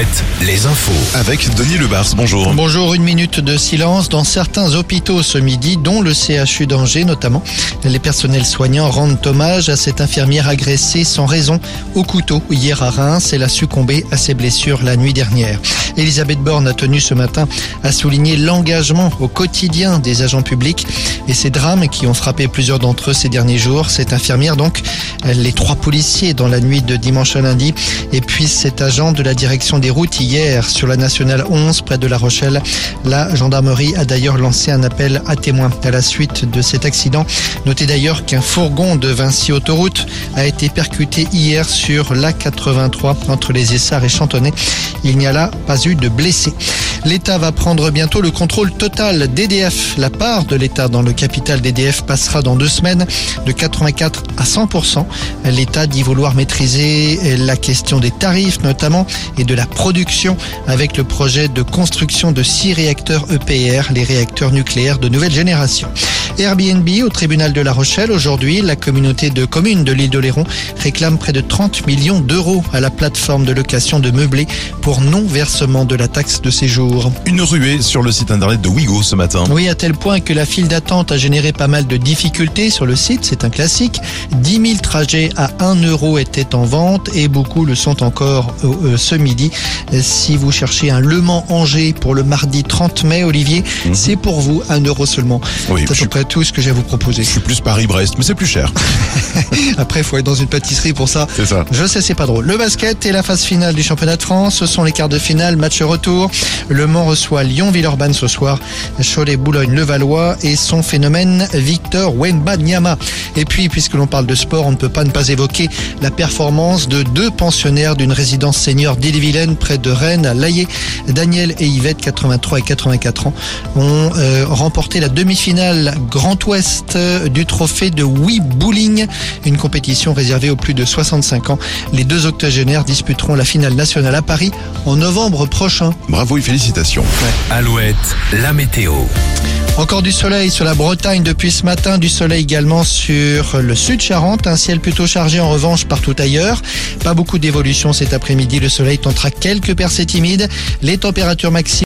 Alouette, les infos. Avec Denis Lebars, bonjour. Bonjour, une minute de silence dans certains hôpitaux ce midi, dont le CHU d'Angers notamment. Les personnels soignants rendent hommage à cette infirmière agressée sans raison au couteau hier à Reims. Elle a succombé à ses blessures la nuit dernière. Elisabeth Borne a tenu ce matin à souligner l'engagement au quotidien des agents publics et ces drames qui ont frappé plusieurs d'entre eux ces derniers jours. Cette infirmière donc, les 3 policiers dans la nuit de dimanche à lundi et puis cet agent de la direction des routes hier sur la nationale 11 près de La Rochelle. La gendarmerie a d'ailleurs lancé un appel à témoins à la suite de cet accident. Notez d'ailleurs qu'un fourgon de Vinci Autoroute a été percuté hier sur l'A83 entre les Essarts et Chantonnay. Il n'y a là pas eu de blessés. L'État va prendre bientôt le contrôle total d'EDF. La part de l'État dans le capital d'EDF passera dans 2 semaines de 84 à 100%. L'État dit vouloir maîtriser la question des tarifs notamment et de la production avec le projet de construction de 6 réacteurs EPR, les réacteurs nucléaires de nouvelle génération. Airbnb au tribunal de La Rochelle. Aujourd'hui, la communauté de communes de l'île d'Oléron réclame près de 30 millions d'euros à la plateforme de location de meublés pour non-versement de la taxe de séjour. Une ruée sur le site internet de Ouigo ce matin. Oui, à tel point que la file d'attente a généré pas mal de difficultés sur le site. C'est un classique. 10 000 trajets à 1 euro étaient en vente et beaucoup le sont encore ce midi. Si vous cherchez un Le Mans-Angers pour le mardi 30 mai, Olivier, c'est pour vous 1 euro seulement. Oui, c'est à peu près tout ce que j'ai à vous proposer. Je suis plus Paris-Brest, mais c'est plus cher. Après, il faut être dans une pâtisserie pour ça. C'est ça. Je sais, c'est pas drôle. Le basket et la phase finale du championnat de France. Ce sont les quarts de finale, match retour. Le Mans reçoit Lyon-Villeurbanne ce soir. Cholet-Boulogne-Levallois et son phénomène Victor Wembanyama. Et puis, puisque l'on parle de sport, on ne peut pas ne pas évoquer la performance de 2 pensionnaires d'une résidence senior d'Ille-et-Vilaine près de Rennes à Laillé. Daniel et Yvette, 83 et 84 ans, ont remporté la demi-finale Grand Ouest du trophée de Wii Bowling, une compétition réservée aux plus de 65 ans. Les 2 octogénaires disputeront la finale nationale à Paris en novembre prochain. Bravo et félicitations. Alouette, la météo. Encore du soleil sur la Bretagne depuis ce matin, du soleil également sur le sud Charente, un ciel plutôt chargé en revanche partout ailleurs. Pas beaucoup d'évolution cet après-midi, le soleil tentera quelques percées timides, les températures maximales